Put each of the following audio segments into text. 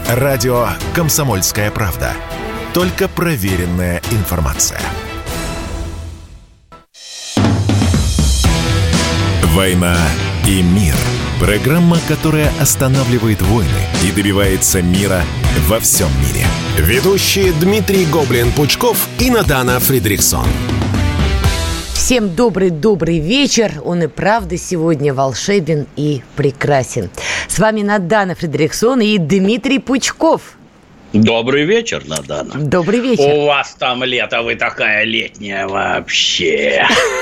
Радио «Комсомольская правда». Только проверенная информация. «Война и мир». Программа, которая останавливает войны и добивается мира во всем мире. Ведущие Дмитрий Гоблин-Пучков и Надана Фридрихсон. Всем добрый вечер. Он и правда сегодня волшебен и прекрасен. С вами Надана Фридрихсон и Дмитрий Пучков. Добрый вечер, Надана. Добрый вечер. У вас там лето, вы такая летняя вообще.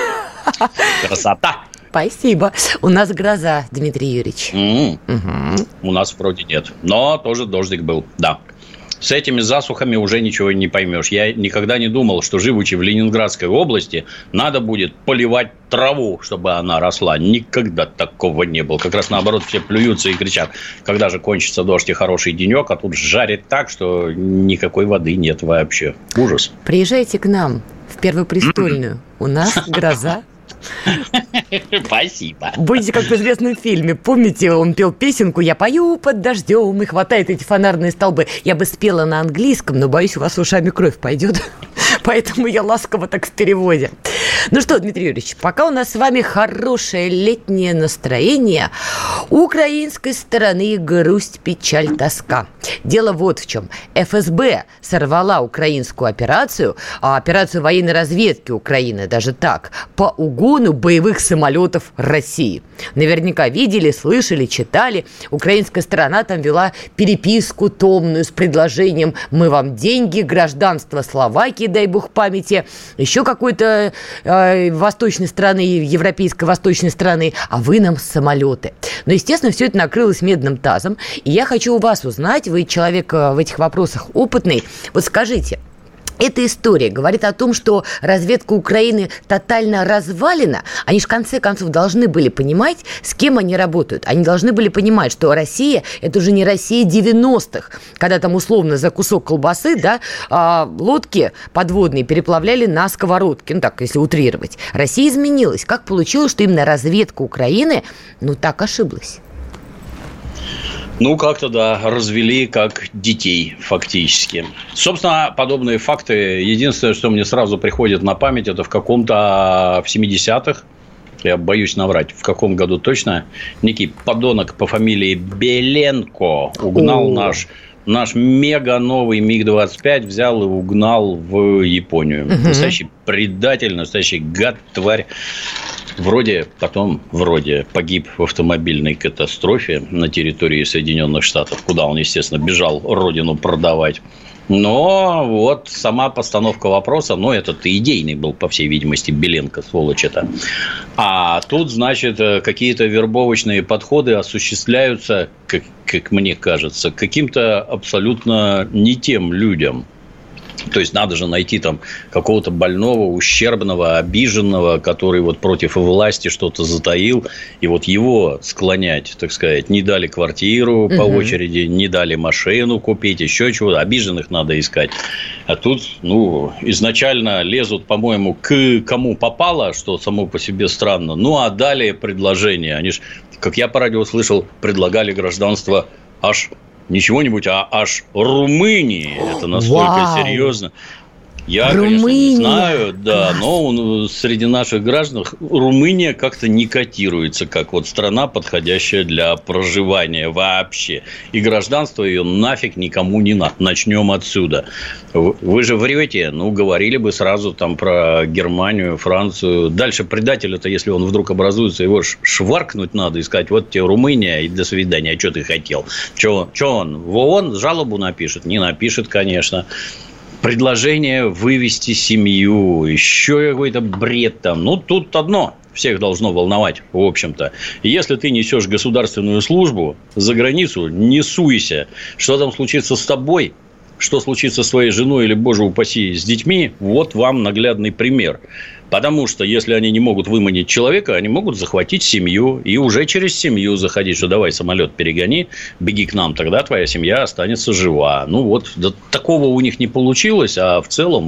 Красота. Спасибо. У нас гроза, Дмитрий Юрьевич. Угу. У нас вроде нет. Но тоже дождик был, да. С этими засухами уже ничего не поймешь. Я никогда не думал, что, живучи в Ленинградской области, надо будет поливать траву, чтобы она росла. Никогда такого не было. Как раз наоборот, все плюются и кричат, когда же кончится дождь и хороший денек, а тут жарит так, что никакой воды нет вообще. Ужас. Приезжайте к нам в Первопрестольную. У нас гроза. Спасибо. Будете как в известном фильме. Помните, он пел песенку «Я пою под дождем» и хватает эти фонарные столбы. Я бы спела на английском, но, боюсь, у вас ушами кровь пойдет. Поэтому я ласково так в переводе. Ну что, Дмитрий Юрьевич, пока у нас с вами хорошее летнее настроение, у украинской стороны грусть, печаль, тоска. Дело вот в чем. ФСБ сорвала украинскую операцию военной разведки Украины, даже так, по угону боевых самолетов России. Наверняка видели, слышали, читали. Украинская сторона там вела переписку томную с предложением «Мы вам деньги, гражданство Словакии, дай бог памяти», еще какой-то восточной страны, европейской восточной страны, а вы нам самолеты. Но, естественно, все это накрылось медным тазом. И я хочу у вас узнать, вы человек в этих вопросах опытный, вот скажите, эта история говорит о том, что разведка Украины тотально развалена. Они же в конце концов должны были понимать, с кем они работают. Они должны были понимать, что Россия – это уже не Россия 90-х, когда там условно за кусок колбасы, да, лодки подводные переплавляли на сковородке, ну так, если утрировать. Россия изменилась. Как получилось, что именно разведка Украины, так ошиблась? Как-то, да, развели как детей фактически. Собственно, подобные факты, единственное, что мне сразу приходит на память, это в 70-х, я боюсь наврать, в каком году точно, некий подонок по фамилии Беленко угнал наш мега новый МиГ-25, взял и угнал в Японию. Настоящий предатель, настоящий гад, тварь. Вроде погиб в автомобильной катастрофе на территории Соединенных Штатов, куда он, естественно, бежал родину продавать. Но вот сама постановка вопроса, этот идейный был, по всей видимости, Беленко, сволочь это. А тут, значит, какие-то вербовочные подходы осуществляются, как мне кажется, каким-то абсолютно не тем людям. То есть, надо же найти там какого-то больного, ущербного, обиженного, который вот против власти что-то затаил, и вот его склонять, так сказать. Не дали квартиру по очереди, не дали машину купить, еще чего-то. Обиженных надо искать. А тут, изначально лезут, по-моему, к кому попало, что само по себе странно. А далее предложение. Они ж, как я по радио слышал, предлагали гражданство аж... Не чего-нибудь, а аж Румынии. Это настолько серьезно. Я, конечно, не знаю, да, но среди наших граждан Румыния как-то не котируется, как вот страна, подходящая для проживания вообще. И гражданство ее нафиг никому не надо. Начнем отсюда. Вы же врете, говорили бы сразу там про Германию, Францию. Дальше предателя-то, если он вдруг образуется, его шваркнуть надо и сказать, вот тебе Румыния, и до свидания, а что ты хотел? Что он? В ООН жалобу напишет? Не напишет, конечно. Предложение вывести семью, еще какой-то бред там. Тут одно всех должно волновать, в общем-то. Если ты несешь государственную службу за границу, не суйся. Что там случится с тобой, что случится с твоей женой или, боже упаси, с детьми, вот вам наглядный пример. Потому что, если они не могут выманить человека, они могут захватить семью. И уже через семью заходить, что давай самолет перегони, беги к нам, тогда твоя семья останется жива. Такого у них не получилось, а в целом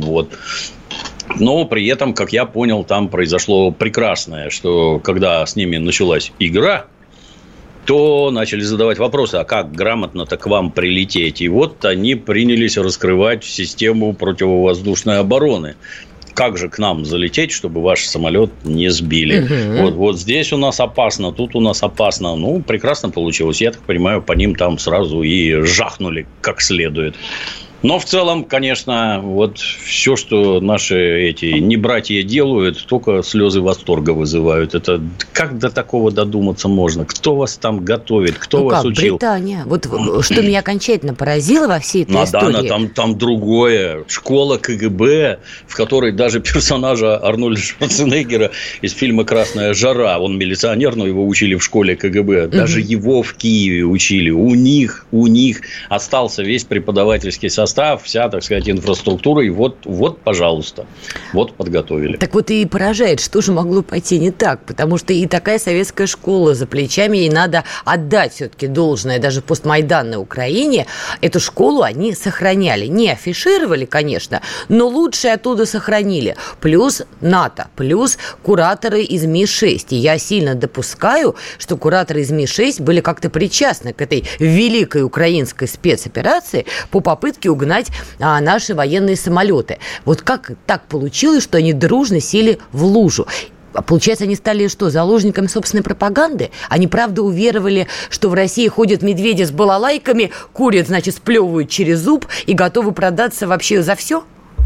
Но при этом, как я понял, там произошло прекрасное, что когда с ними началась игра, то начали задавать вопросы, а как грамотно-то к вам прилететь? И вот они принялись раскрывать систему противовоздушной обороны. Как же к нам залететь, чтобы ваш самолет не сбили? Вот здесь у нас опасно, тут у нас опасно. Ну, прекрасно получилось. Я так понимаю, по ним там сразу и жахнули как следует. Но в целом, конечно, вот все, что наши эти небратья делают, только слезы восторга вызывают. Это как до такого додуматься можно? Кто вас там готовит? Кто вас учил? Британия. Вот что меня окончательно поразило во всей этой истории. Там другое. Школа КГБ, в которой даже персонажа Арнольда Шварценеггера из фильма «Красная жара», он милиционер, но его учили в школе КГБ. Даже его в Киеве учили. У них остался весь преподавательский состав, вся, так сказать, инфраструктура, и вот, пожалуйста, вот подготовили. Так вот и поражает, что же могло пойти не так, потому что и такая советская школа за плечами, ей надо отдать все-таки должное, даже в постмайданной Украине, эту школу они сохраняли, не афишировали, конечно, но лучшее оттуда сохранили, плюс НАТО, плюс кураторы из Ми-6, и я сильно допускаю, что кураторы из Ми-6 были как-то причастны к этой великой украинской спецоперации по попытке угнать наши военные самолеты. Вот как так получилось, что они дружно сели в лужу? Получается, они стали что, заложниками собственной пропаганды? Они правда уверовали, что в России ходят медведи с балалайками, курят, значит, сплевывают через зуб и готовы продаться вообще за все?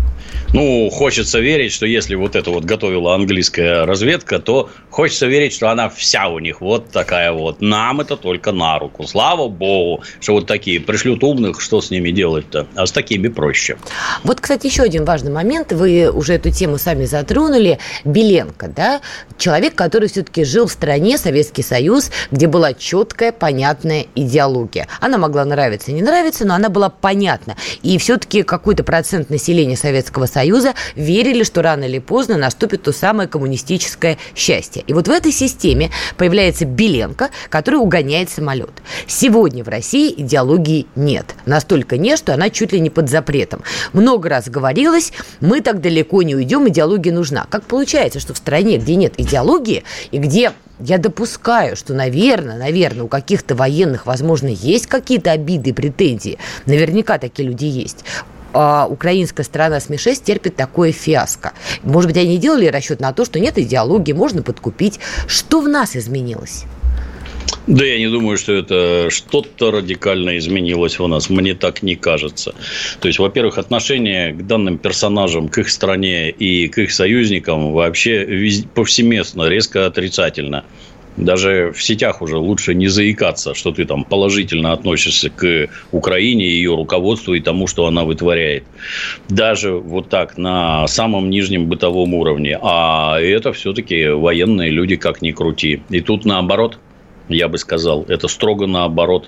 Ну, хочется верить, что если вот это вот готовила английская разведка, то хочется верить, что она вся у них вот такая вот. Нам это только на руку. Слава богу, что вот такие пришлют умных, что с ними делать-то? А с такими проще. Вот, кстати, еще один важный момент. Вы уже эту тему сами затронули. Беленко, да? Человек, который все-таки жил в стране, Советский Союз, где была четкая, понятная идеология. Она могла нравиться, не нравиться, но она была понятна. И все-таки какой-то процент населения Советского Союза верили, что рано или поздно наступит то самое коммунистическое счастье. И вот в этой системе появляется Беленко, который угоняет самолет. Сегодня в России идеологии нет. Настолько нет, что она чуть ли не под запретом. Много раз говорилось, мы так далеко не уйдем, идеология нужна. Как получается, что в стране, где нет идеологии, и где... Я допускаю, что, наверное, у каких-то военных, возможно, есть какие-то обиды и претензии. Наверняка такие люди есть. А украинская сторона с Ми-6 терпит такое фиаско. Может быть, они делали расчет на то, что нет идеологии, можно подкупить. Что в нас изменилось? Да, я не думаю, что это что-то радикально изменилось у нас. Мне так не кажется. То есть, во-первых, отношение к данным персонажам, к их стране и к их союзникам вообще повсеместно резко отрицательно. Даже в сетях уже лучше не заикаться, что ты там положительно относишься к Украине, ее руководству и тому, что она вытворяет. Даже вот так, на самом нижнем бытовом уровне. А это все-таки военные люди, как ни крути. И тут наоборот, я бы сказал, это строго наоборот,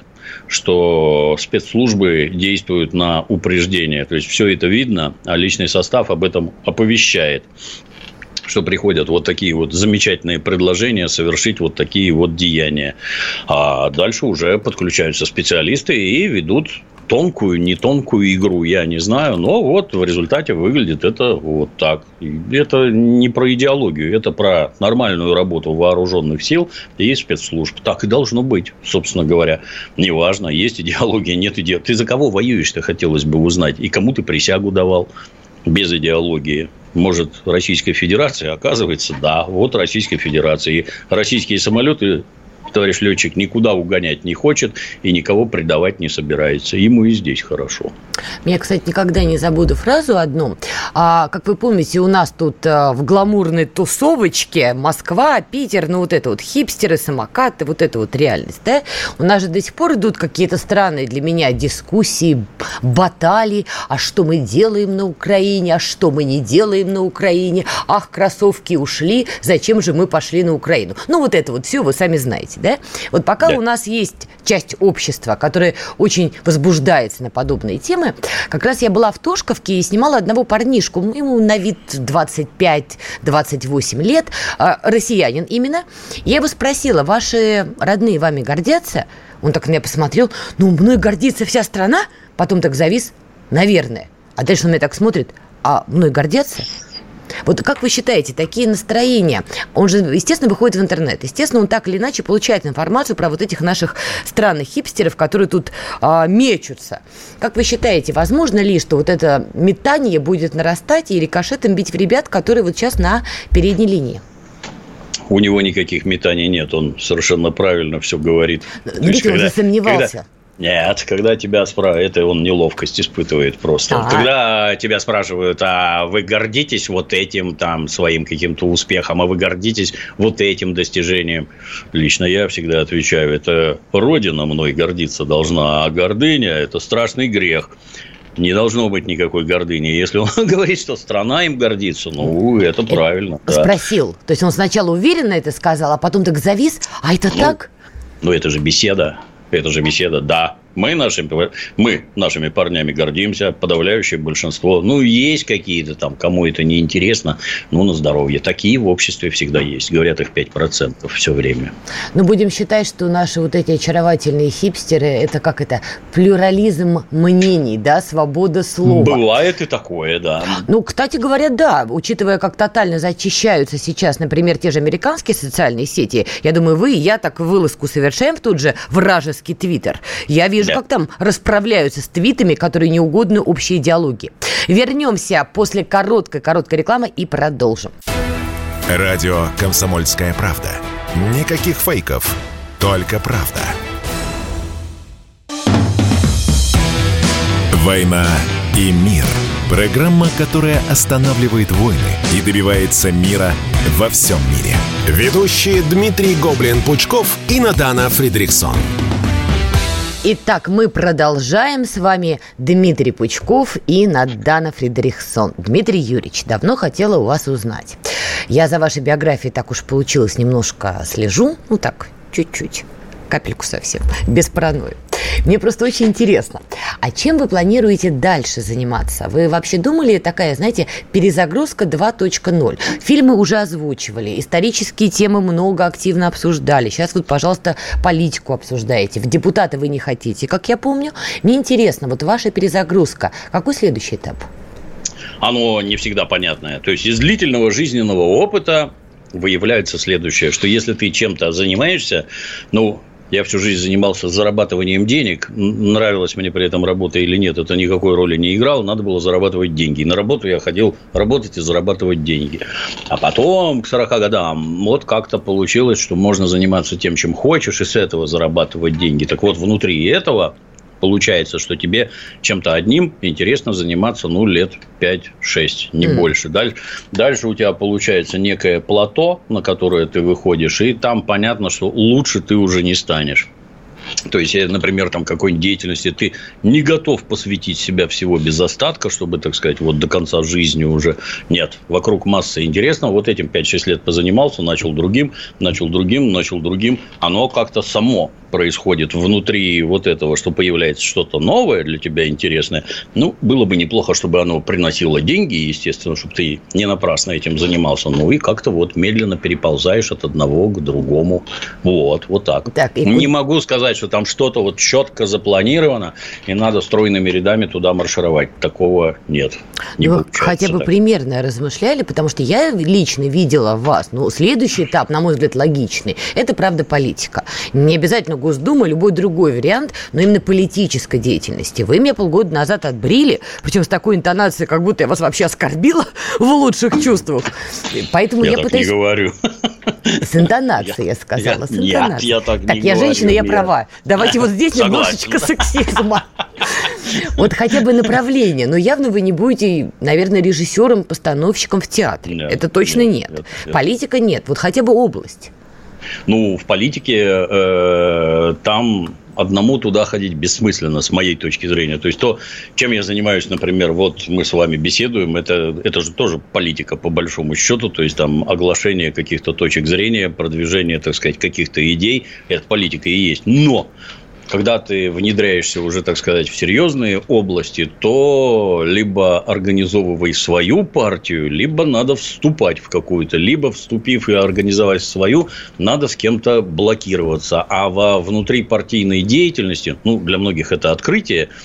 что спецслужбы действуют на упреждение. То есть, все это видно, а личный состав об этом оповещает. Что приходят вот такие вот замечательные предложения совершить вот такие вот деяния. А дальше уже подключаются специалисты и ведут тонкую, не тонкую игру, я не знаю. Но вот в результате выглядит это вот так. Это не про идеологию, это про нормальную работу вооруженных сил и спецслужб. Так и должно быть, собственно говоря. Неважно, есть идеология, нет идеологии. Ты за кого воюешь-то, хотелось бы узнать. И кому ты присягу давал без идеологии. Может, Российская Федерация? Оказывается, да, вот Российская Федерация. И российские самолеты, товарищ летчик, никуда угонять не хочет и никого предавать не собирается. Ему и здесь хорошо. Я, кстати, никогда не забуду фразу одну. Как вы помните, у нас тут в гламурной тусовочке Москва, Питер, ну вот это вот хипстеры, самокаты, вот это вот реальность, да? У нас же до сих пор идут какие-то странные для меня дискуссии, баталии, а что мы делаем на Украине, а что мы не делаем на Украине, ах, кроссовки ушли, зачем же мы пошли на Украину? Ну вот это вот все вы сами знаете, да? Вот пока у нас есть часть общества, которая очень возбуждается на подобные темы, как раз я была в Тошковке и снимала одного парнишку, ему на вид 25-28 лет, россиянин именно. Я его спросила, ваши родные вами гордятся? Он так на меня посмотрел, ну, мной гордится вся страна? Потом так завис, наверное. А дальше он меня так смотрит, а мной гордятся? Вот как вы считаете, такие настроения, он же, естественно, выходит в интернет, естественно, он так или иначе получает информацию про вот этих наших странных хипстеров, которые тут мечутся. Как вы считаете, возможно ли, что вот это метание будет нарастать и рикошетом бить в ребят, которые вот сейчас на передней линии? У него никаких метаний нет, он совершенно правильно все говорит. Но ведь он засомневался. Нет, когда тебя спрашивают, это он неловкость испытывает просто. Когда тебя спрашивают, а вы гордитесь вот этим там своим каким-то успехом, а вы гордитесь вот этим достижением? Лично я всегда отвечаю, это Родина мной гордиться должна, а гордыня – это страшный грех. Не должно быть никакой гордыни. Если он говорит, что страна им гордится, ну, это правильно. Спросил. То есть, он сначала уверенно это сказал, а потом так завис. А это так? Ну, это же беседа. Это же беседа, да. Мы нашими парнями гордимся, подавляющее большинство. Ну, есть какие-то там, кому это не интересно, ну, на здоровье. Такие в обществе всегда есть. Говорят, их 5% все время. Ну, будем считать, что наши вот эти очаровательные хипстеры, это как это, плюрализм мнений, да, свобода слова. Бывает и такое, да. Ну, кстати говоря, да, учитывая, как тотально зачищаются сейчас, например, те же американские социальные сети, я думаю, вы и я так вылазку совершаем в тот же вражеский твиттер. Я вижу, как там расправляются с твитами, которые не угодны общей идеологии. Вернемся после короткой рекламы и продолжим. Радио «Комсомольская правда». Никаких фейков, только правда. «Война и мир». Программа, которая останавливает войны и добивается мира во всем мире. Ведущие Дмитрий Гоблин-Пучков и Надана Фридрихсон. Итак, мы продолжаем. С вами Дмитрий Пучков и Надана Фридрихсон. Дмитрий Юрьевич, давно хотела у вас узнать. Я за вашей биографией, так уж получилось, немножко слежу. Ну так, чуть-чуть. Капельку совсем. Без паранойи. Мне просто очень интересно. А чем вы планируете дальше заниматься? Вы вообще думали, такая, знаете, перезагрузка 2.0? Фильмы уже озвучивали, исторические темы много активно обсуждали. Сейчас вот, пожалуйста, политику обсуждаете. В депутаты вы не хотите, как я помню. Мне интересно, вот ваша перезагрузка. Какой следующий этап? Оно не всегда понятное. То есть, из длительного жизненного опыта выявляется следующее, что если ты чем-то занимаешься, я всю жизнь занимался зарабатыванием денег. Нравилась мне при этом работа или нет, это никакой роли не играло. Надо было зарабатывать деньги. И на работу я ходил работать и зарабатывать деньги. А потом, к 40 годам, вот как-то получилось, что можно заниматься тем, чем хочешь, и с этого зарабатывать деньги. Так вот, внутри этого получается, что тебе чем-то одним интересно заниматься, лет 5-6, не больше. Дальше у тебя получается некое плато, на которое ты выходишь, и там понятно, что лучше ты уже не станешь. То есть, например, там какой-нибудь деятельности ты не готов посвятить себя всего без остатка, чтобы, так сказать, вот до конца жизни уже нет. Вокруг масса интересного. Вот этим 5-6 лет позанимался, начал другим. Оно как-то само происходит внутри вот этого, что появляется что-то новое для тебя интересное. Было бы неплохо, чтобы оно приносило деньги, естественно, чтобы ты не напрасно этим занимался. И как-то вот медленно переползаешь от одного к другому. Вот так. Не могу сказать, что там что-то вот четко запланировано, и надо стройными рядами туда маршировать. Такого нет. Хотя бы примерно размышляли, потому что я лично видела вас. Следующий этап, на мой взгляд, логичный. Это, правда, политика. Не обязательно Госдума, любой другой вариант, но именно политической деятельности. Вы меня полгода назад отбрили, причем с такой интонацией, как будто я вас вообще оскорбила в лучших чувствах. Поэтому я пытаюсь... не говорю. С интонацией, я сказала. С интонацией. Нет, я так не говорю. Я женщина, я права. Давайте вот здесь немножечко сексизма. Вот хотя бы направление. Но явно вы не будете, наверное, режиссером, постановщиком в театре. Нет, это точно нет. Политика нет. Вот хотя бы область. В политике там одному туда ходить бессмысленно, с моей точки зрения. То есть, то, чем я занимаюсь, например, вот мы с вами беседуем, это же тоже политика, по большому счету. То есть, там оглашение каких-то точек зрения, продвижение, так сказать, каких-то идей. Это политика и есть. Но когда ты внедряешься уже, так сказать, в серьезные области, то либо организовывай свою партию, либо надо вступать в какую-то. Либо, вступив и организовать свою, надо с кем-то блокироваться. А во внутрипартийной деятельности, для многих это открытие,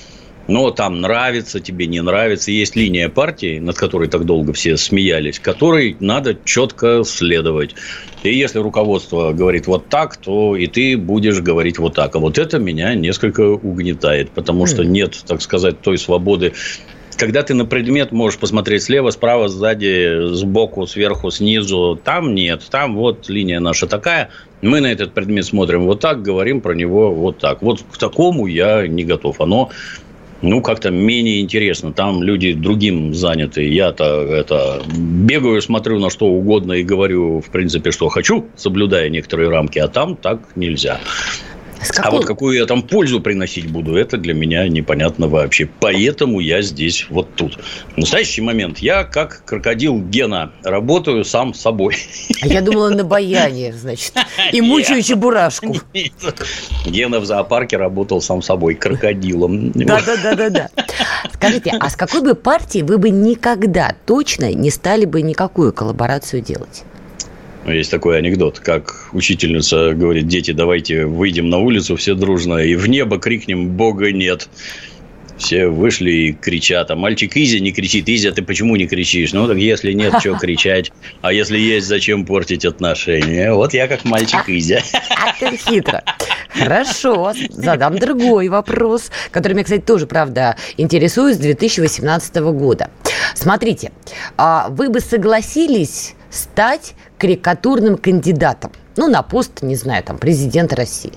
Но там нравится тебе, не нравится. Есть линия партии, над которой так долго все смеялись, которой надо четко следовать. И если руководство говорит вот так, то и ты будешь говорить вот так. А вот это меня несколько угнетает, потому что нет, так сказать, той свободы. Когда ты на предмет можешь посмотреть слева, справа, сзади, сбоку, сверху, снизу, там нет. Там вот линия наша такая. Мы на этот предмет смотрим вот так, говорим про него вот так. Вот к такому я не готов. Оно... как-то менее интересно. Там люди другим заняты. Я-то бегаю, смотрю на что угодно и говорю, в принципе, что хочу, соблюдая некоторые рамки, а там так нельзя. А вот какую я там пользу приносить буду, это для меня непонятно вообще. Поэтому я здесь вот тут. В настоящий момент я, как крокодил Гена, работаю сам собой. А я думала, на баяне, значит, и мучаю чебурашку. Гена в зоопарке работал сам собой, крокодилом. Да. Скажите, а с какой бы партией вы бы никогда точно не стали бы никакую коллаборацию делать? Есть такой анекдот, как учительница говорит: дети, давайте выйдем на улицу все дружно и в небо крикнем «Бога нет». Все вышли и кричат, а мальчик Изя не кричит. Изя, ты почему не кричишь? Ну, так если нет, что кричать? А если есть, зачем портить отношения? Вот я как мальчик Изя. Это хитро. Хорошо, задам другой вопрос, который меня, кстати, тоже, правда, интересует с 2018 года. Смотрите, вы бы согласились стать карикатурным кандидатом, на пост, не знаю, президента России?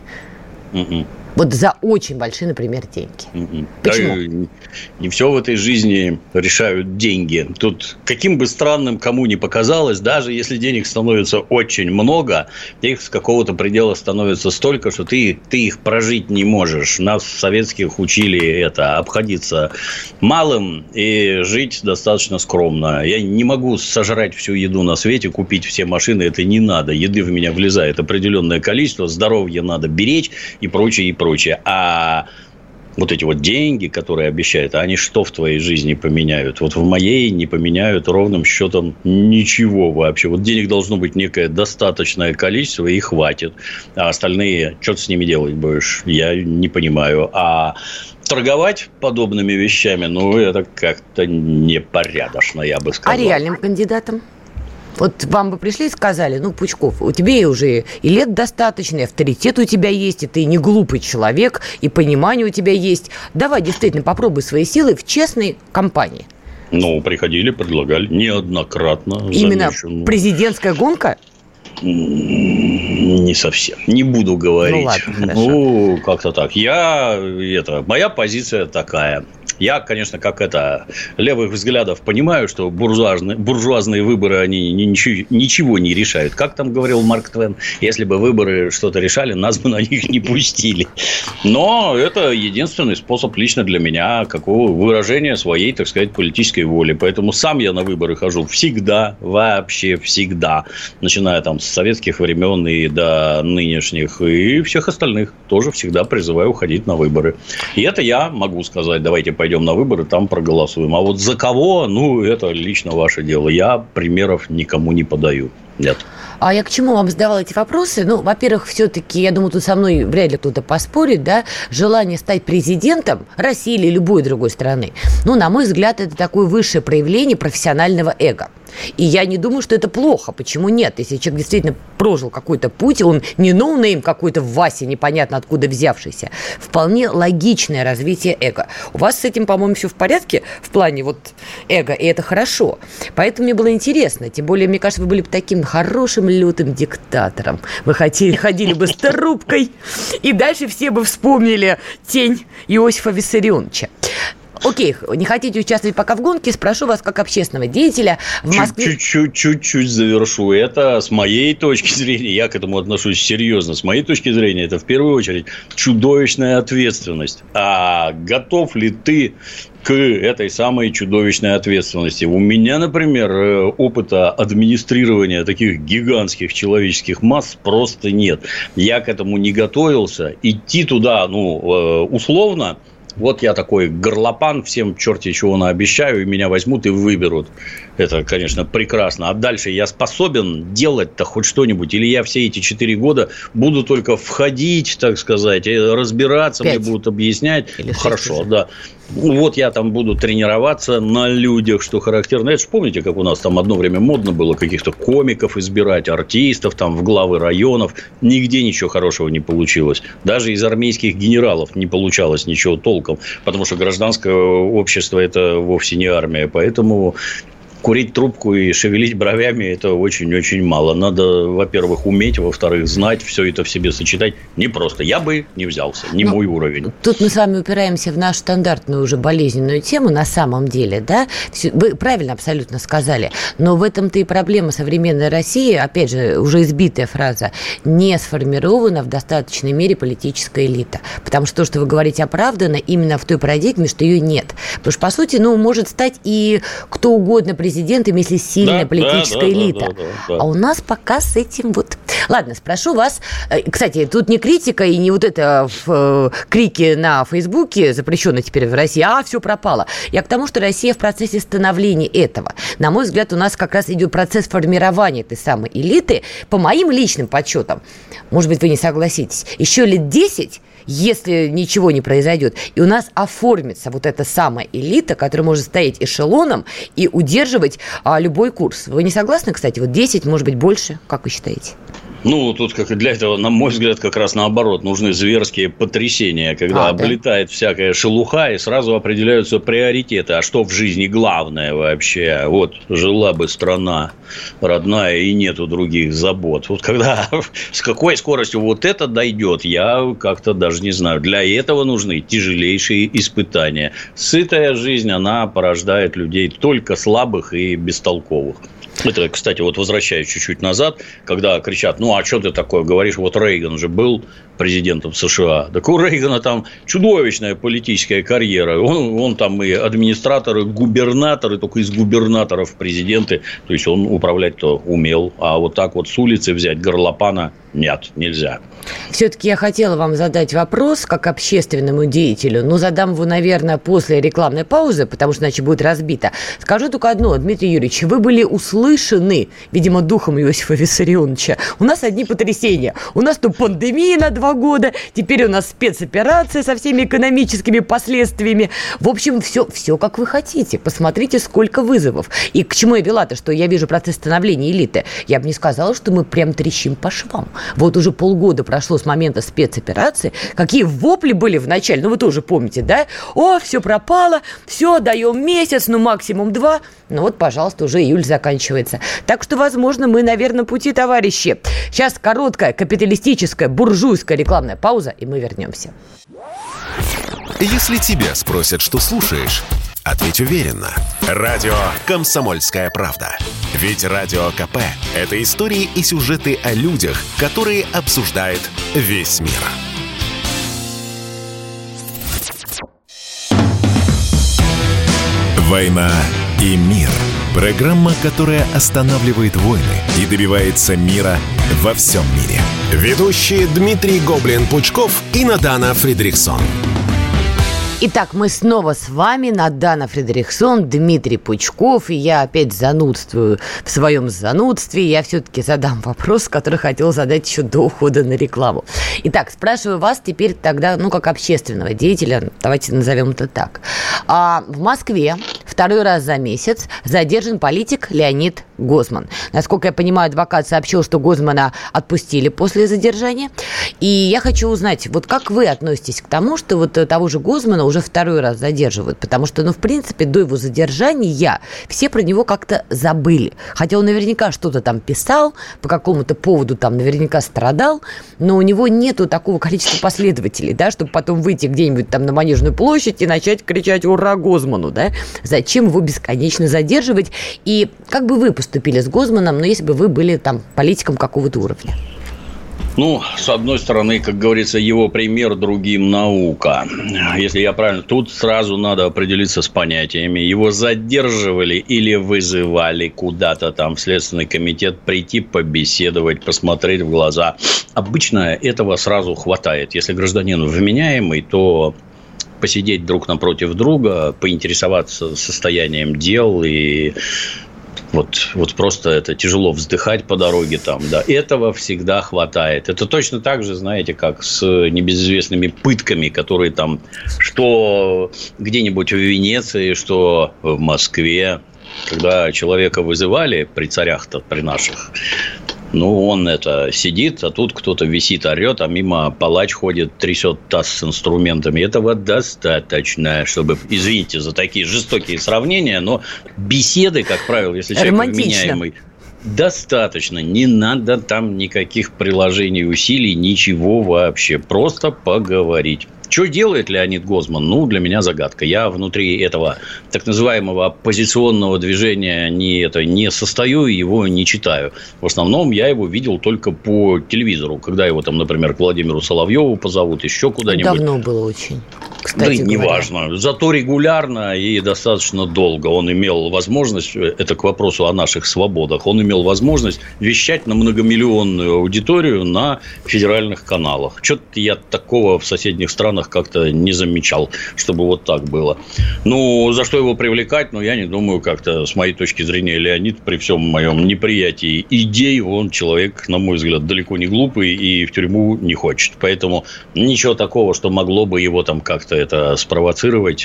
Вот за очень большие, например, деньги. Почему? Не все в этой жизни решают деньги. Тут каким бы странным кому ни показалось, даже если денег становится очень много, их с какого-то предела становится столько, что ты их прожить не можешь. Нас советских учили обходиться малым и жить достаточно скромно. Я не могу сожрать всю еду на свете, купить все машины, это не надо. Еды в меня влезает определенное количество, здоровье надо беречь и прочее, и прочее. А вот эти вот деньги, которые обещают, они что в твоей жизни поменяют? Вот в моей не поменяют ровным счетом ничего вообще. Вот денег должно быть некое достаточное количество, и хватит. А остальные, что ты с ними делать будешь, я не понимаю. А торговать подобными вещами, это как-то непорядочно, я бы сказал. А реальным кандидатам? Вот вам бы пришли и сказали: Пучков, у тебя уже и лет достаточно, и авторитет у тебя есть, и ты не глупый человек, и понимание у тебя есть. Давай действительно попробуй свои силы в честной компании. Приходили, предлагали неоднократно. Именно президентская гонка? Не совсем. Не буду говорить. Ладно, хорошо. Как-то так. Моя позиция такая. Я, конечно, левых взглядов понимаю, что буржуазные выборы, они ничего не решают. Как там говорил Марк Твен, если бы выборы что-то решали, нас бы на них не пустили. Но это единственный способ лично для меня выражения своей, так сказать, политической воли. Поэтому сам я на выборы хожу всегда, вообще всегда. Начиная с советских времен и до нынешних. И всех остальных тоже всегда призываю ходить на выборы. И это я могу сказать: давайте пойдем на выборы, там проголосуем. А вот за кого, это лично ваше дело. Я примеров никому не подаю. Нет. А я к чему вам задавала эти вопросы? Во-первых, все-таки, я думаю, тут со мной вряд ли кто-то поспорит, да, желание стать президентом России или любой другой страны, на мой взгляд, это такое высшее проявление профессионального эго. И я не думаю, что это плохо. Почему нет? Если человек действительно прожил какой-то путь, он не ноунейм какой-то в Васе, непонятно откуда взявшийся. Вполне логичное развитие эго. У вас с этим, по-моему, все в порядке в плане эго, и это хорошо. Поэтому мне было интересно. Тем более, мне кажется, вы были бы таким хорошим лютым диктатором. Вы ходили бы с трубкой, и дальше все бы вспомнили тень Иосифа Виссарионовича. Окей, не хотите участвовать пока в гонке, спрошу вас как общественного деятеля в Москве. Чуть-чуть завершу это. С моей точки зрения, я к этому отношусь серьезно. С моей точки зрения, это в первую очередь чудовищная ответственность. А готов ли ты к этой самой чудовищной ответственности? У меня, например, опыта администрирования таких гигантских человеческих масс просто нет. Я к этому не готовился. Идти туда, условно, Вот я такой горлопан, всем черти чего наобещаю, и меня возьмут и выберут. Это, конечно, прекрасно. А дальше я способен делать-то хоть что-нибудь? Или я все эти 4 года буду только входить, так сказать, разбираться, 5. Мне будут объяснять. Хорошо, да. Вот я там буду тренироваться на людях, что характерно. Это же помните, как у нас там одно время модно было каких-то комиков избирать, артистов там в главы районов. Нигде ничего хорошего не получилось. Даже из армейских генералов не получалось ничего толком. Потому что гражданское общество – это вовсе не армия. Поэтому курить трубку и шевелить бровями – это очень-очень мало. Надо, во-первых, уметь, во-вторых, знать, все это в себе сочетать. Не просто. Я бы не взялся. Не мой уровень. Тут мы с вами упираемся в нашу стандартную уже болезненную тему на самом деле, да? Вы правильно абсолютно сказали. Но в этом-то и проблема современной России. Опять же, уже избитая фраза. Не сформирована в достаточной мере политическая элита. Потому что то, что вы говорите, оправдано именно в той парадигме, что ее нет. Потому что, по сути, может стать и кто угодно президентом, если сильная политическая элита. Да. А у нас пока с этим вот... Ладно, спрошу вас. Кстати, тут не критика и не вот это крики на Фейсбуке, запрещенные теперь в России, все пропало. Я к тому, что Россия в процессе становления этого. На мой взгляд, у нас как раз идет процесс формирования этой самой элиты. По моим личным подсчетам, может быть, вы не согласитесь, еще лет 10, если ничего не произойдет, и у нас оформится вот эта самая элита, которая может стоять эшелоном и удерживать любой курс. Вы не согласны, кстати? Вот 10, может быть, больше? Как вы считаете? Тут как для этого, на мой взгляд, как раз наоборот, нужны зверские потрясения, когда облетает всякая шелуха и сразу определяются приоритеты. А что в жизни главное вообще? Вот жила бы страна родная и нету других забот. Вот когда с какой скоростью вот это дойдет, я как-то даже не знаю. Для этого нужны тяжелейшие испытания. Сытая жизнь, она порождает людей только слабых и бестолковых. Это, кстати, вот возвращаясь чуть-чуть назад, когда кричат, а что ты такое говоришь, вот Рейган же был президентом США. Так у Рейгана там чудовищная политическая карьера. Он там и администратор, и губернатор, и только из губернаторов президенты. То есть, он управлять-то умел. А вот так вот с улицы взять горлопана нет, нельзя. Все-таки я хотела вам задать вопрос, как общественному деятелю. Задам его, наверное, после рекламной паузы, потому что иначе будет разбито. Скажу только одно, Дмитрий Юрьевич, вы были услышаны, видимо, духом Иосифа Виссарионовича. У нас одни потрясения. У нас тут пандемия на 2 года, теперь у нас спецоперация со всеми экономическими последствиями. В общем, все как вы хотите. Посмотрите, сколько вызовов. И к чему я вела-то, что я вижу процесс становления элиты. Я бы не сказала, что мы прям трещим по швам. Вот уже полгода прошло с момента спецоперации. Какие вопли были в начале, вы тоже помните, да? Все пропало, все, даем месяц, максимум 2. Вот, пожалуйста, уже июль заканчивается. Так что, возможно, мы на верном пути, товарищи. Сейчас короткая капиталистическая, буржуйская рекламная пауза, и мы вернемся. Если тебя спросят, что слушаешь, ответь уверенно. Радио «Комсомольская правда». Ведь Радио КП – это истории и сюжеты о людях, которые обсуждает весь мир. «Война и мир». Программа, которая останавливает войны и добивается мира во всем мире. Ведущие Дмитрий Гоблин-Пучков и Надана Фридрихсон. Итак, мы снова с вами, Надана Фридрихсон, Дмитрий Пучков, и я опять занудствую в своем занудстве. Я все-таки задам вопрос, который хотел задать еще до ухода на рекламу. Итак, спрашиваю вас теперь тогда, как общественного деятеля, давайте назовем это так. В Москве 2 раз за месяц задержан политик Леонид Гозман. Насколько я понимаю, адвокат сообщил, что Гозмана отпустили после задержания. И я хочу узнать, вот как вы относитесь к тому, что вот того же Гозмана уже 2 раз задерживают? Потому что, в принципе, до его задержания все про него как-то забыли. Хотя он наверняка что-то там писал, по какому-то поводу там наверняка страдал, но у него нету такого количества последователей, да, чтобы потом выйти где-нибудь там на Манежную площадь и начать кричать «Ура Гозману!», да? Зачем его бесконечно задерживать? И как бы вы поступили с Гозманом, если бы вы были там политиком какого-то уровня? С одной стороны, как говорится, его пример, другим наука. Если я правильно, тут сразу надо определиться с понятиями. Его задерживали или вызывали куда-то там в Следственный комитет, прийти побеседовать, посмотреть в глаза. Обычно этого сразу хватает. Если гражданин вменяемый, то посидеть друг напротив друга, поинтересоваться состоянием дел и... Вот просто это тяжело вздыхать по дороге там, да. Этого всегда хватает. Это точно так же, знаете, как с небезызвестными пытками, которые там, что где-нибудь в Венеции, что в Москве, когда человека вызывали при царях-то, при наших, ну, он сидит, а тут кто-то висит, орет, а мимо палач ходит, трясет таз с инструментами. Этого достаточно, чтобы, извините за такие жестокие сравнения, но беседы, как правило, если человек вменяемый, достаточно. Не надо там никаких приложений усилий, ничего вообще. Просто поговорить. Что делает Леонид Гозман? Ну, для меня загадка. Я внутри этого так называемого оппозиционного движения не состою, его не читаю. В основном я его видел только по телевизору. Когда его там, например, к Владимиру Соловьеву позовут, еще куда-нибудь. Давно было очень, кстати говоря. Неважно. Зато регулярно и достаточно долго. Он имел возможность, это к вопросу о наших свободах, он имел возможность вещать на многомиллионную аудиторию на федеральных каналах. Что-то я такого в соседних странах как-то не замечал, чтобы вот так было. Ну, за что его привлекать? Ну, я не думаю, как-то, с моей точки зрения, Леонид, при всем моем неприятии идей, он человек, на мой взгляд, далеко не глупый и в тюрьму не хочет. Поэтому ничего такого, что могло бы его там как-то спровоцировать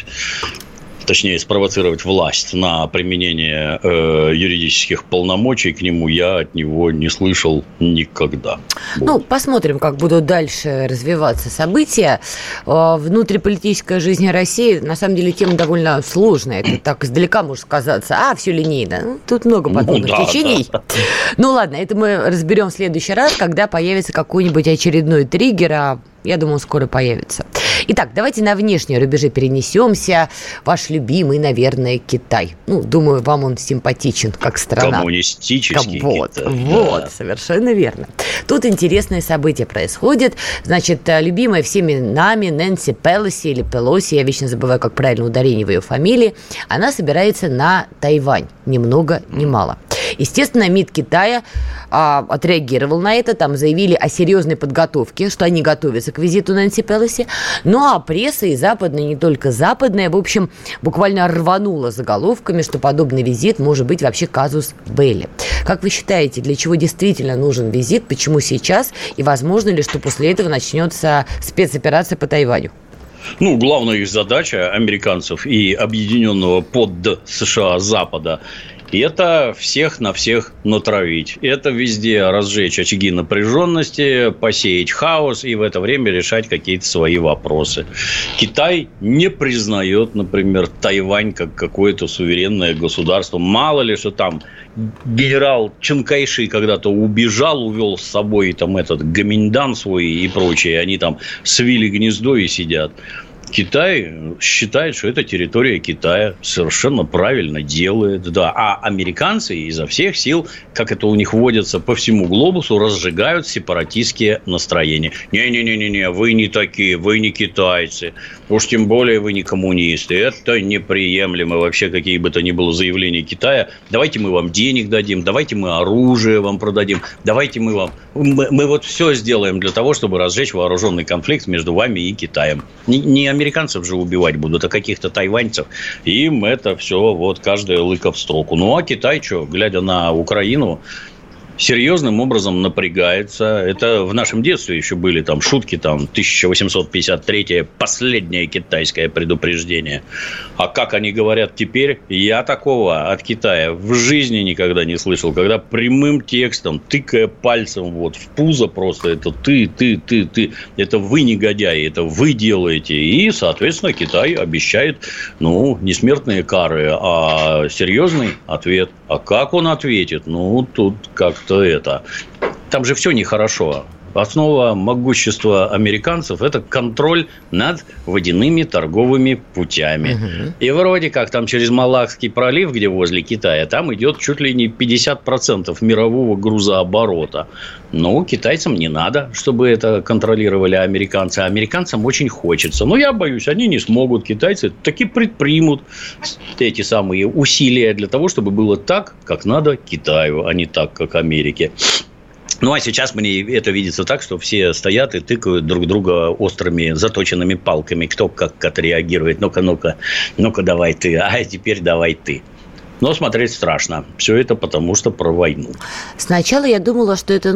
власть на применение юридических полномочий к нему, я от него не слышал никогда. Ну, посмотрим, как будут дальше развиваться события. Внутриполитическая жизнь России, на самом деле, тема довольно сложная. Это так издалека может казаться, все линейно. Ну, тут много подводных течений. Да. Ну, ладно, это мы разберем в следующий раз, когда появится какой-нибудь очередной триггер, я думаю, он скоро появится. Итак, давайте на внешние рубежи перенесемся. Ваш любимый, наверное, Китай. Ну, думаю, вам он симпатичен, как страна. Коммунистический Китай. Вот, совершенно верно. Тут интересное событие происходит. Значит, любимая всеми нами Нэнси Пелоси или Пелоси, я вечно забываю, как правильно ударение в ее фамилии, она собирается на Тайвань. Ни много, ни мало. Естественно, МИД Китая отреагировал на это, там заявили о серьезной подготовке, что они готовятся к визиту Нэнси Пелоси. Ну, а пресса и западная, не только западная, в общем, буквально рванула заголовками, что подобный визит может быть вообще казус белли. Как вы считаете, для чего действительно нужен визит, почему сейчас, и возможно ли, что после этого начнется спецоперация по Тайваню? Ну, главная их задача американцев и объединенного под США Запада – это всех на всех натравить. Это везде разжечь очаги напряженности, посеять хаос и в это время решать какие-то свои вопросы. Китай не признает, например, Тайвань как какое-то суверенное государство. Мало ли, что там генерал Чан Кайши когда-то убежал, увел с собой там этот гоминьдан свой и прочее. Они там свили гнездо и сидят. Китай считает, что это территория Китая, совершенно правильно делает, да. А американцы изо всех сил, как это у них водится по всему глобусу, разжигают сепаратистские настроения. Не-не-не-не, вы не такие, вы не китайцы, уж тем более вы не коммунисты, это неприемлемо. Вообще, какие бы то ни было заявления Китая, давайте мы вам денег дадим, давайте мы оружие вам продадим, давайте мы вот все сделаем для того, чтобы разжечь вооруженный конфликт между вами и Китаем. Не американцев же убивать будут, а каких-то тайваньцев. Им это все, вот, каждая лыка в строку. Ну, а Китай, что, глядя на Украину, серьезным образом напрягается. Это в нашем детстве еще были там шутки, там 1853-е, последнее китайское предупреждение. А как они говорят теперь, я такого от Китая в жизни никогда не слышал, когда прямым текстом, тыкая пальцем вот в пузо просто, это ты, это вы негодяи, это вы делаете. И, соответственно, Китай обещает, не смертные кары, а серьезный ответ. А как он ответит? Тут как-то там же все нехорошо. Основа могущества американцев – это контроль над водяными торговыми путями. Угу. И вроде как там через Малакский пролив, где возле Китая, там идет чуть ли не 50% мирового грузооборота. Но китайцам не надо, чтобы это контролировали американцы. А американцам очень хочется. Но я боюсь, они не смогут. Китайцы таки предпримут эти самые усилия для того, чтобы было так, как надо Китаю, а не так, как Америке. Ну, а сейчас мне это видится так, что все стоят и тыкают друг друга острыми заточенными палками. Кто как отреагирует. Ну-ка, давай ты. А теперь давай ты. Но смотреть страшно. Все это потому, что про войну. Сначала я думала, что это,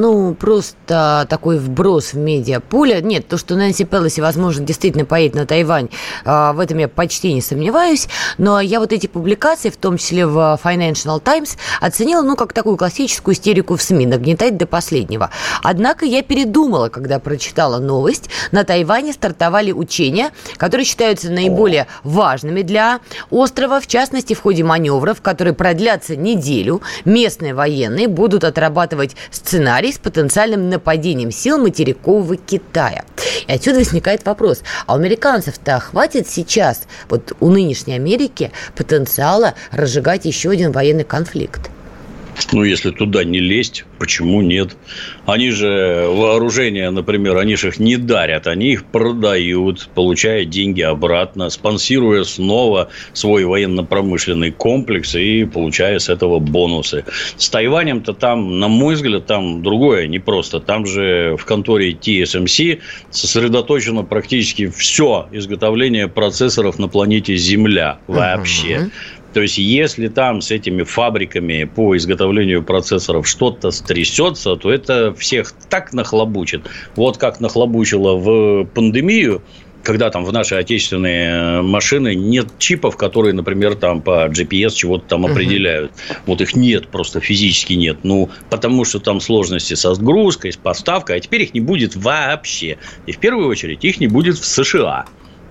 просто такой вброс в медиаполе. Нет, то, что Нэнси Пелоси, возможно, действительно поедет на Тайвань, в этом я почти не сомневаюсь. Но я вот эти публикации, в том числе в Financial Times, оценила, как такую классическую истерику в СМИ, нагнетать до последнего. Однако я передумала, когда прочитала новость. На Тайване стартовали учения, которые считаются наиболее важными для острова, в частности, в ходе маневров, которые продлятся неделю, местные военные будут отрабатывать сценарий с потенциальным нападением сил материкового Китая. И отсюда возникает вопрос, а у американцев-то хватит сейчас, вот у нынешней Америки, потенциала разжигать еще один военный конфликт? Если туда не лезть, почему нет? Они же вооружение, например, они же их не дарят, они их продают, получая деньги обратно, спонсируя снова свой военно-промышленный комплекс и получая с этого бонусы. С Тайванем-то там, на мой взгляд, там другое не просто. Там же в конторе TSMC сосредоточено практически все изготовление процессоров на планете Земля вообще. То есть, если там с этими фабриками по изготовлению процессоров что-то стрясется, то это всех так нахлобучит. Вот как нахлобучило в пандемию, когда там в наши отечественные машины нет чипов, которые, например, там по GPS чего-то там определяют. Вот их нет, просто физически нет. Потому что там сложности со сгрузкой, с поставкой, а теперь их не будет вообще. И в первую очередь их не будет в США.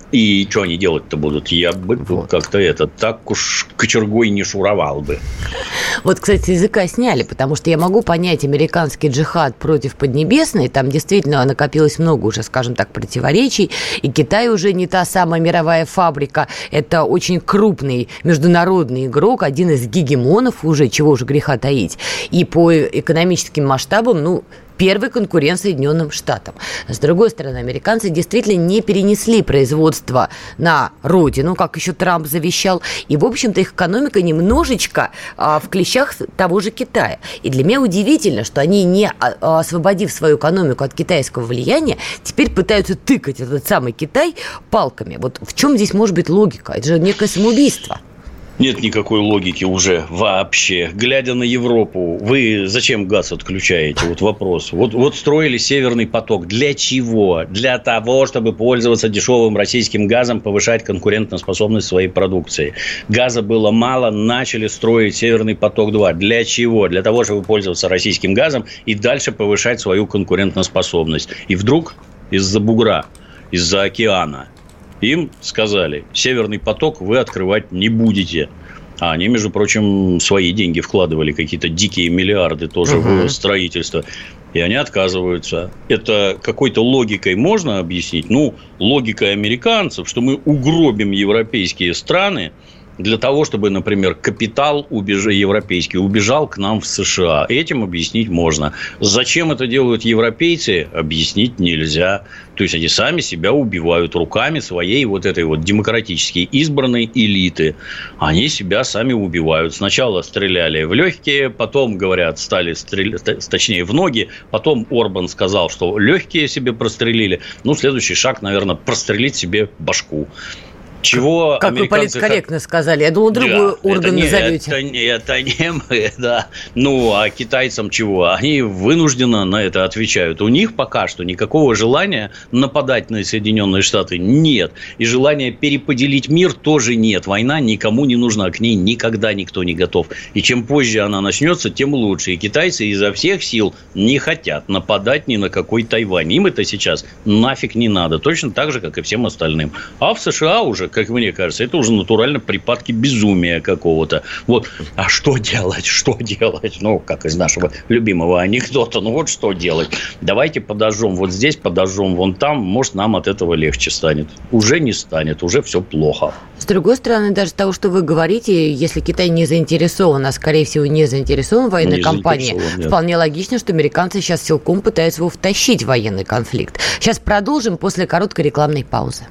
И что они делать-то будут? Я бы как-то так уж кочергой не шуровал бы. Вот, кстати, с языка сняли, потому что я могу понять американский джихад против Поднебесной. Там действительно накопилось много уже, скажем так, противоречий. И Китай уже не та самая мировая фабрика. Это очень крупный международный игрок, один из гегемонов уже, чего же греха таить. И по экономическим масштабам, первый конкурент Соединенным Штатам. С другой стороны, американцы действительно не перенесли производство на родину, как еще Трамп завещал. И, в общем-то, их экономика немножечко в клещах того же Китая. И для меня удивительно, что они, не освободив свою экономику от китайского влияния, теперь пытаются тыкать этот самый Китай палками. Вот в чем здесь может быть логика? Это же некое самоубийство. Нет никакой логики уже вообще. Глядя на Европу, вы зачем газ отключаете? Вот вопрос. Вот строили Северный поток. Для чего? Для того, чтобы пользоваться дешевым российским газом, повышать конкурентоспособность своей продукции. Газа было мало, начали строить Северный поток-2. Для чего? Для того, чтобы пользоваться российским газом и дальше повышать свою конкурентоспособность. И вдруг из-за бугра, из-за океана им сказали, Северный поток вы открывать не будете. А они, между прочим, свои деньги вкладывали, какие-то дикие миллиарды тоже в строительство. И они отказываются. Это какой-то логикой можно объяснить? Логикой американцев, что мы угробим европейские страны для того, чтобы, например, капитал европейский убежал к нам в США. Этим объяснить можно. Зачем это делают европейцы, объяснить нельзя. То есть, они сами себя убивают руками своей вот этой вот демократически избранной элиты. Они себя сами убивают. Сначала стреляли в легкие, потом, говорят, стали стрелять, точнее, в ноги. Потом Орбан сказал, что легкие себе прострелили. Следующий шаг, наверное, прострелить себе башку. Чего как вы политкорректно сказали. Я думал, другой орган назовете. Это не мы, да. А китайцам чего? Они вынужденно на это отвечают. У них пока что никакого желания нападать на Соединенные Штаты нет. И желания переподелить мир тоже нет. Война никому не нужна. К ней никогда никто не готов. И чем позже она начнется, тем лучше. И китайцы изо всех сил не хотят нападать ни на какой Тайвань. Им это сейчас нафиг не надо. Точно так же, как и всем остальным. А в США уже, как мне кажется, это уже натурально припадки безумия какого-то. А что делать? Что делать? Как из нашего любимого анекдота. Что делать? Давайте подожжем вот здесь, подожжем вон там. Может, нам от этого легче станет. Уже не станет. Уже все плохо. С другой стороны, даже того, что вы говорите, если Китай не заинтересован, а скорее всего не заинтересован в военной кампании, вполне логично, что американцы сейчас силком пытаются его втащить в военный конфликт. Сейчас продолжим после короткой рекламной паузы.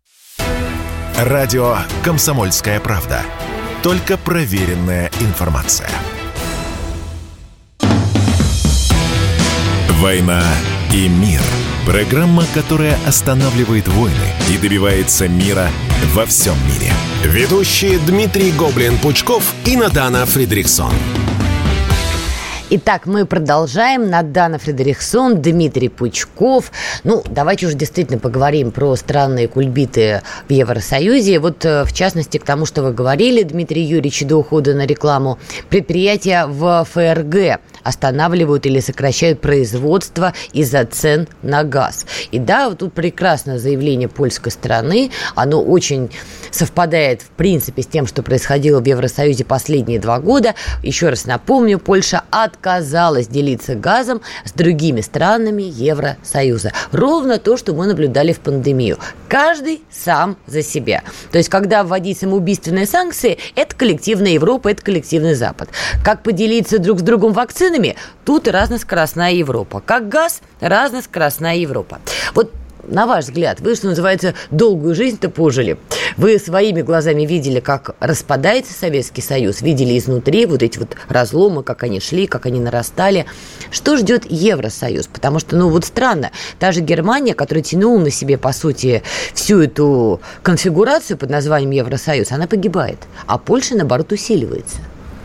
Радио «Комсомольская правда». Только проверенная информация. «Война и мир». Программа, которая останавливает войны и добивается мира во всем мире. Ведущие Дмитрий Гоблин-Пучков и Надана Фридрихсон. Итак, мы продолжаем. Надана Фридрихсон, Дмитрий Пучков. Давайте уже действительно поговорим про странные кульбиты в Евросоюзе. Вот, в частности, к тому, что вы говорили, Дмитрий Юрьевич, до ухода на рекламу, предприятия в ФРГ останавливают или сокращают производство из-за цен на газ. И да, вот тут прекрасное заявление польской стороны. Оно очень совпадает, в принципе, с тем, что происходило в Евросоюзе последние 2 года. Еще раз напомню, Польша отказалась делиться газом с другими странами Евросоюза. Ровно то, что мы наблюдали в пандемию. Каждый сам за себя. То есть, когда вводить самоубийственные санкции, это коллективная Европа, это коллективный Запад. Как поделиться друг с другом вакцинами? Тут разноскоростная Европа. Как газ, разноскоростная Европа. Вот на ваш взгляд, вы, что называется, долгую жизнь-то пожили. Вы своими глазами видели, как распадается Советский Союз, видели изнутри вот эти вот разломы, как они шли, как они нарастали. Что ждет Евросоюз? Потому что, странно, та же Германия, которая тянула на себе, по сути, всю эту конфигурацию под названием Евросоюз, она погибает, а Польша, наоборот, усиливается.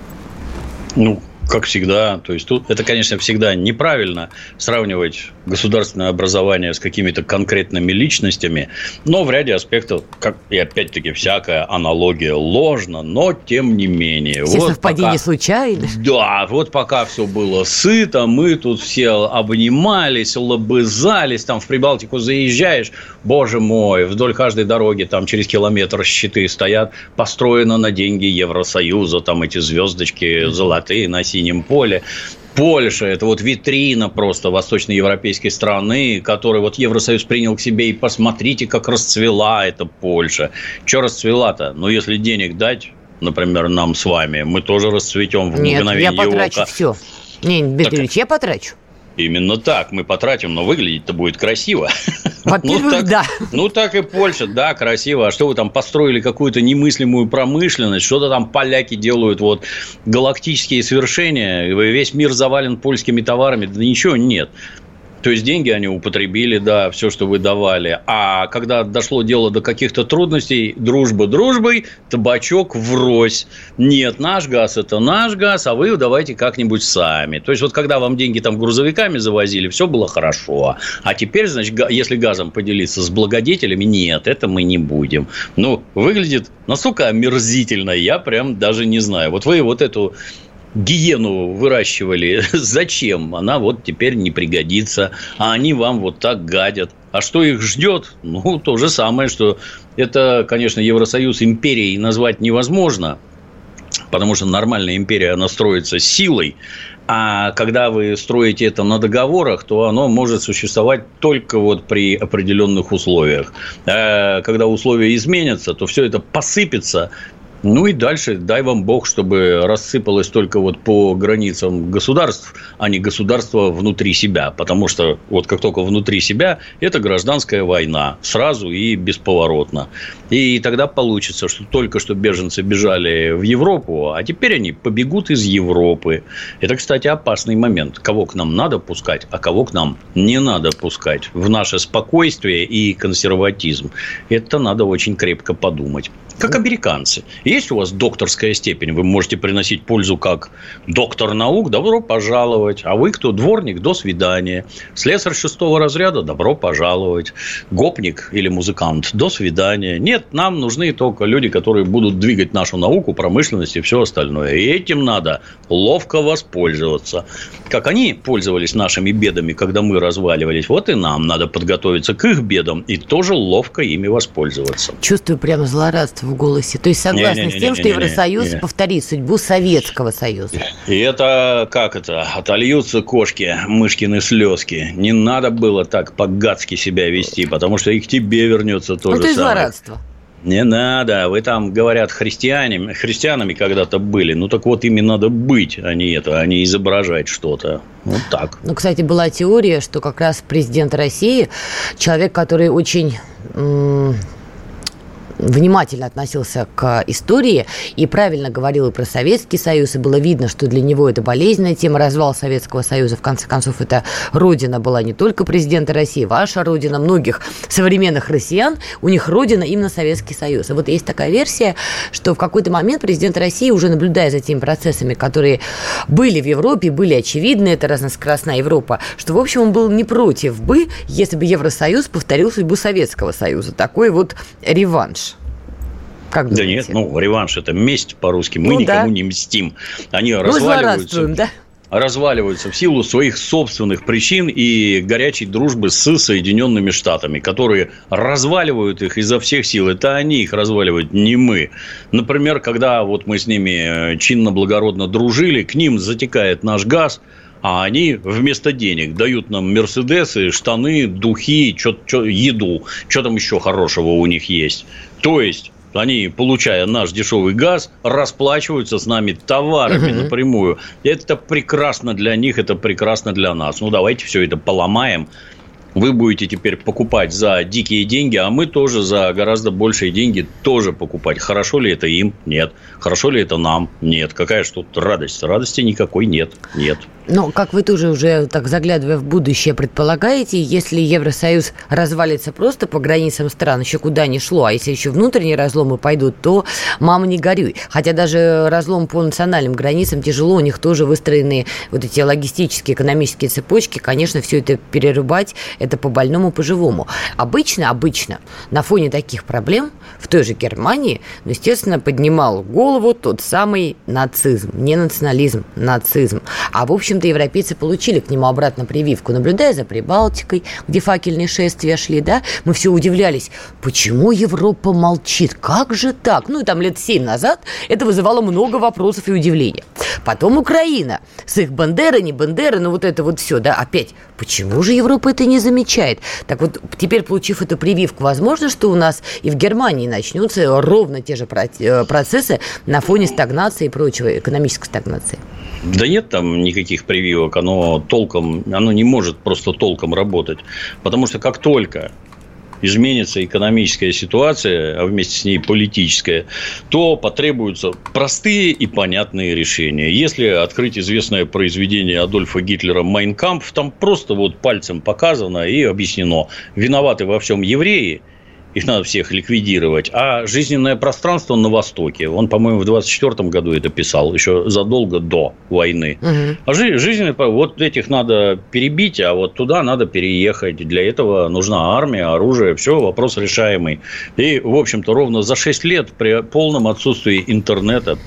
Как всегда, то есть тут это, конечно, всегда неправильно сравнивать государственное образование с какими-то конкретными личностями, но в ряде аспектов, как и опять-таки всякая аналогия ложна, но тем не менее. Все совпадения случайны. Да, вот пока все было сыто, мы тут все обнимались, лобызались, там в Прибалтику заезжаешь, боже мой, вдоль каждой дороги там через километр щиты стоят, построено на деньги Евросоюза, там эти звездочки золотые на синем поле. Польша – это вот витрина просто восточноевропейской страны, которую вот Евросоюз принял к себе, и посмотрите, как расцвела эта Польша. Что расцвела-то? Если денег дать, например, нам с вами, мы тоже расцветем в мгновение ока. Нет, я потрачу все. Дмитрий Ильич, я потрачу. Именно так, мы потратим, но выглядеть-то будет красиво. Во-первых, да. Так и Польша, да, красиво. А что вы там построили какую-то немыслимую промышленность? Что-то там поляки делают, вот, галактические свершения. Весь мир завален польскими товарами. Да ничего нет. То есть, деньги они употребили, да, все, что вы давали. А когда дошло дело до каких-то трудностей, дружба дружбой, табачок врозь. Нет, наш газ – это наш газ, а вы давайте как-нибудь сами. То есть, вот когда вам деньги там грузовиками завозили, все было хорошо. А теперь, значит, если газом поделиться с благодетелями, нет, это мы не будем. Выглядит настолько омерзительно, я прям даже не знаю. Вот вы вот эту гиену выращивали. Зачем? Она вот теперь не пригодится. А они вам вот так гадят. А что их ждет? То же самое, что это, конечно, Евросоюз империей назвать невозможно. Потому что нормальная империя, она строится силой. А когда вы строите это на договорах, то оно может существовать только вот при определенных условиях. А когда условия изменятся, то все это посыпется. И дальше, дай вам бог, чтобы рассыпалось только вот по границам государств, а не государства внутри себя. Потому что вот как только внутри себя, это гражданская война. Сразу и бесповоротно. И тогда получится, что только что беженцы бежали в Европу, а теперь они побегут из Европы. Это, кстати, опасный момент. Кого к нам надо пускать, а кого к нам не надо пускать. В наше спокойствие и консерватизм. Это надо очень крепко подумать. Как американцы. Есть у вас докторская степень, вы можете приносить пользу как доктор наук, добро пожаловать. А вы кто? Дворник, до свидания. Слесарь 6-го разряда, добро пожаловать. Гопник или музыкант, до свидания. Нет, нам нужны только люди, которые будут двигать нашу науку, промышленность и все остальное. И этим надо ловко воспользоваться. Как они пользовались нашими бедами, когда мы разваливались, вот и нам надо подготовиться к их бедам и тоже ловко ими воспользоваться. Чувствую прямо злорадство в голосе. То есть согласны с тем, что Евросоюз повторит судьбу Советского Союза. И это, отольются кошки, мышкины слезки. Не надо было так по-гадски себя вести, потому что и к тебе вернется то же самое. Это злорадство. Не надо, вы там, говорят, христианами когда-то были. Так вот, ими надо быть, а не изображать что-то. Вот так. Кстати, была теория, что как раз президент России, человек, который очень внимательно относился к истории и правильно говорил и про Советский Союз, и было видно, что для него это болезненная тема, развал Советского Союза. В конце концов, это родина была не только президента России, ваша родина, многих современных россиян, у них родина именно Советский Союз. И вот есть такая версия, что в какой-то момент президент России, уже наблюдая за теми процессами, которые были в Европе, были очевидны, это разноскоростная Европа, что, в общем, он был не против бы, если бы Евросоюз повторил судьбу Советского Союза. Такой вот реванш. Как да нет, реванш – это месть по-русски. Мы никому не мстим. Они разваливаются в силу своих собственных причин и горячей дружбы с Соединенными Штатами, которые разваливают их изо всех сил. Это они их разваливают, не мы. Например, когда вот мы с ними чинно-благородно дружили, к ним затекает наш газ, а они вместо денег дают нам мерседесы, штаны, духи, еду. Что там еще хорошего у них есть? То есть они, получая наш дешевый газ, расплачиваются с нами товарами напрямую. Это прекрасно для них, это прекрасно для нас. Давайте все это поломаем. Вы будете теперь покупать за дикие деньги, а мы тоже за гораздо большие деньги тоже покупать. Хорошо ли это им? Нет. Хорошо ли это нам? Нет. Какая же тут радость? Радости никакой нет. Нет. Но, как вы тоже уже так заглядывая в будущее предполагаете, если Евросоюз развалится просто по границам стран, еще куда ни шло, а если еще внутренние разломы пойдут, то мама не горюй. Хотя даже разлом по национальным границам тяжело, у них тоже выстроены вот эти логистические, экономические цепочки, конечно, все это перерубать, это по-больному, по-живому. Обычно на фоне таких проблем в той же Германии, естественно, поднимал голову тот самый нацизм, не национализм, нацизм. А в общем-то европейцы получили к нему обратно прививку. Наблюдая за Прибалтикой, где факельные шествия шли, да, мы все удивлялись, почему Европа молчит, как же так? И там лет 7 назад это вызывало много вопросов и удивления. Потом Украина с их Бандера, не Бандера, вот это вот все, да, опять, почему же Европа это не замечает? Так вот, теперь, получив эту прививку, возможно, что у нас и в Германии начнутся ровно те же процессы на фоне стагнации и прочего, экономической стагнации. Да нет там никаких прививок, оно не может просто толком работать, потому что как только изменится экономическая ситуация, а вместе с ней политическая, то потребуются простые и понятные решения. Если открыть известное произведение Адольфа Гитлера «Майн кампф», там просто пальцем показано и объяснено: виноваты во всем евреи, их надо всех ликвидировать, а жизненное пространство на Востоке, он, по-моему, в 1924 году это писал, еще задолго до войны. А жизненное, этих надо перебить, а вот туда надо переехать. Для этого нужна армия, оружие, все, вопрос решаемый. И, в общем-то, ровно за 6 лет, при полном отсутствии интернета,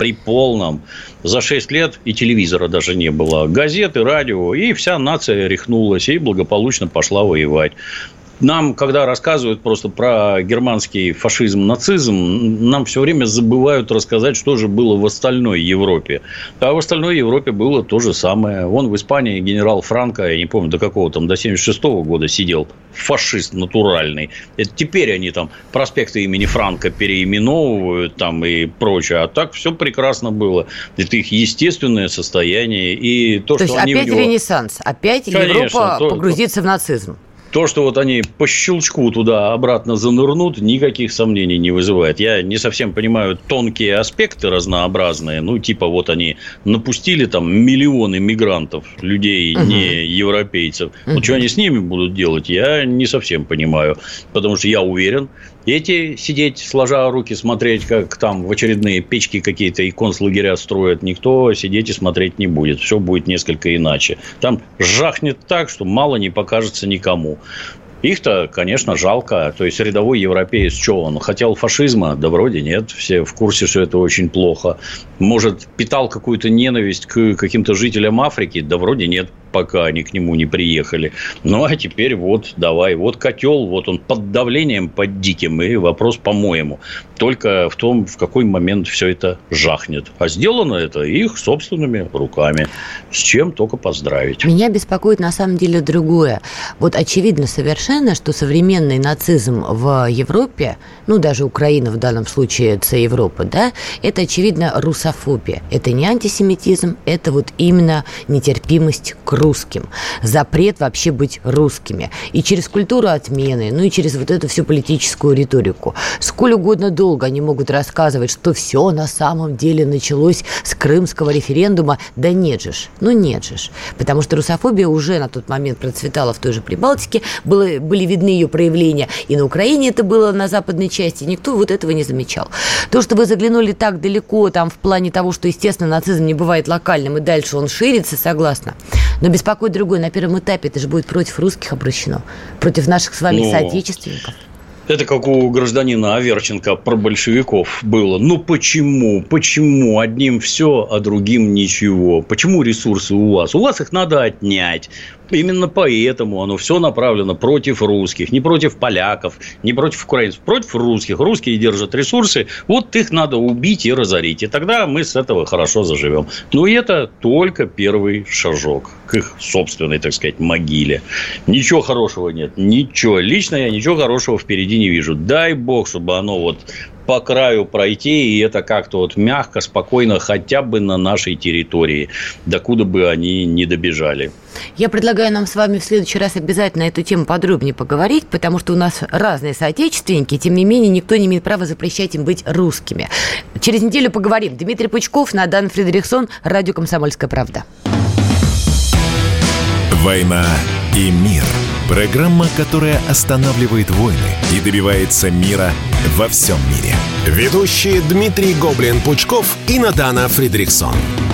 за 6 лет и телевизора даже не было, газеты, радио, и вся нация рехнулась и благополучно пошла воевать. Нам, когда рассказывают просто про германский фашизм, нацизм, нам все время забывают рассказать, что же было в остальной Европе. А в остальной Европе было то же самое. Вон в Испании генерал Франко, я не помню, до какого там, до 1976 года сидел, фашист натуральный. Это теперь они там проспекты имени Франко переименовывают там и прочее. А так все прекрасно было. Это их естественное состояние. И то что есть они опять ренессанс, опять Европа погрузится в нацизм. То, что они по щелчку туда-обратно занырнут, никаких сомнений не вызывает. Я не совсем понимаю тонкие аспекты разнообразные. Они напустили там миллионы мигрантов, людей не европейцев. Что они с ними будут делать, я не совсем понимаю. Потому что я уверен, эти сидеть, сложа руки, смотреть, как там в очередные печки какие-то и концлагеря строят, никто сидеть и смотреть не будет. Все будет несколько иначе. Там жахнет так, что мало не покажется никому. Их-то, конечно, жалко. То есть, рядовой европеец, что он? Хотел фашизма? Да вроде нет. Все в курсе, что это очень плохо. Может, питал какую-то ненависть к каким-то жителям Африки? Да вроде нет, пока они к нему не приехали. А теперь давай. Котел, он под давлением, под диким. И вопрос, по-моему, только в том, в какой момент все это жахнет. А сделано это их собственными руками. С чем только поздравить. Меня беспокоит на самом деле другое. Очевидно совершенно, что современный нацизм в Европе, даже Украина в данном случае, это Европа, да, это, очевидно, русофобия. Это не антисемитизм, это именно нетерпимость к русским. Запрет вообще быть русскими. И через культуру отмены, ну и через вот эту всю политическую риторику. Сколь угодно долго они могут рассказывать, что все на самом деле началось с крымского референдума. Да нет же ж, потому что русофобия уже на тот момент процветала в той же Прибалтике, были видны ее проявления, и на Украине это было на западной части, никто вот этого не замечал. То, что вы заглянули так далеко, там, в плане того, что, естественно, нацизм не бывает локальным, и дальше он ширится, согласна, но беспокоит другой, на первом этапе это же будет против русских обращено, против наших с вами соотечественников. Это как у гражданина Аверченко про большевиков было. Ну, почему? Почему одним все, а другим ничего? Почему ресурсы у вас? У вас их надо отнять. Именно поэтому оно все направлено против русских, не против поляков, не против украинцев, против русских. Русские держат ресурсы, вот их надо убить и разорить. И тогда мы с этого хорошо заживем. Но это только первый шажок к их собственной, так сказать, могиле. Ничего хорошего нет. Ничего. Лично я ничего хорошего впереди не вижу. Дай бог, чтобы оно вот по краю пройти, и это как-то вот мягко, спокойно, хотя бы на нашей территории, докуда бы они не добежали. Я предлагаю нам с вами в следующий раз обязательно эту тему подробнее поговорить, потому что у нас разные соотечественники, тем не менее, никто не имеет права запрещать им быть русскими. Через неделю поговорим. Дмитрий Пучков, Надан Фридрихсон, радио «Комсомольская правда». «Война и мир». Программа, которая останавливает войны и добивается мира во всем мире. Ведущие Дмитрий Гоблин-Пучков и Надана Фридрихсон.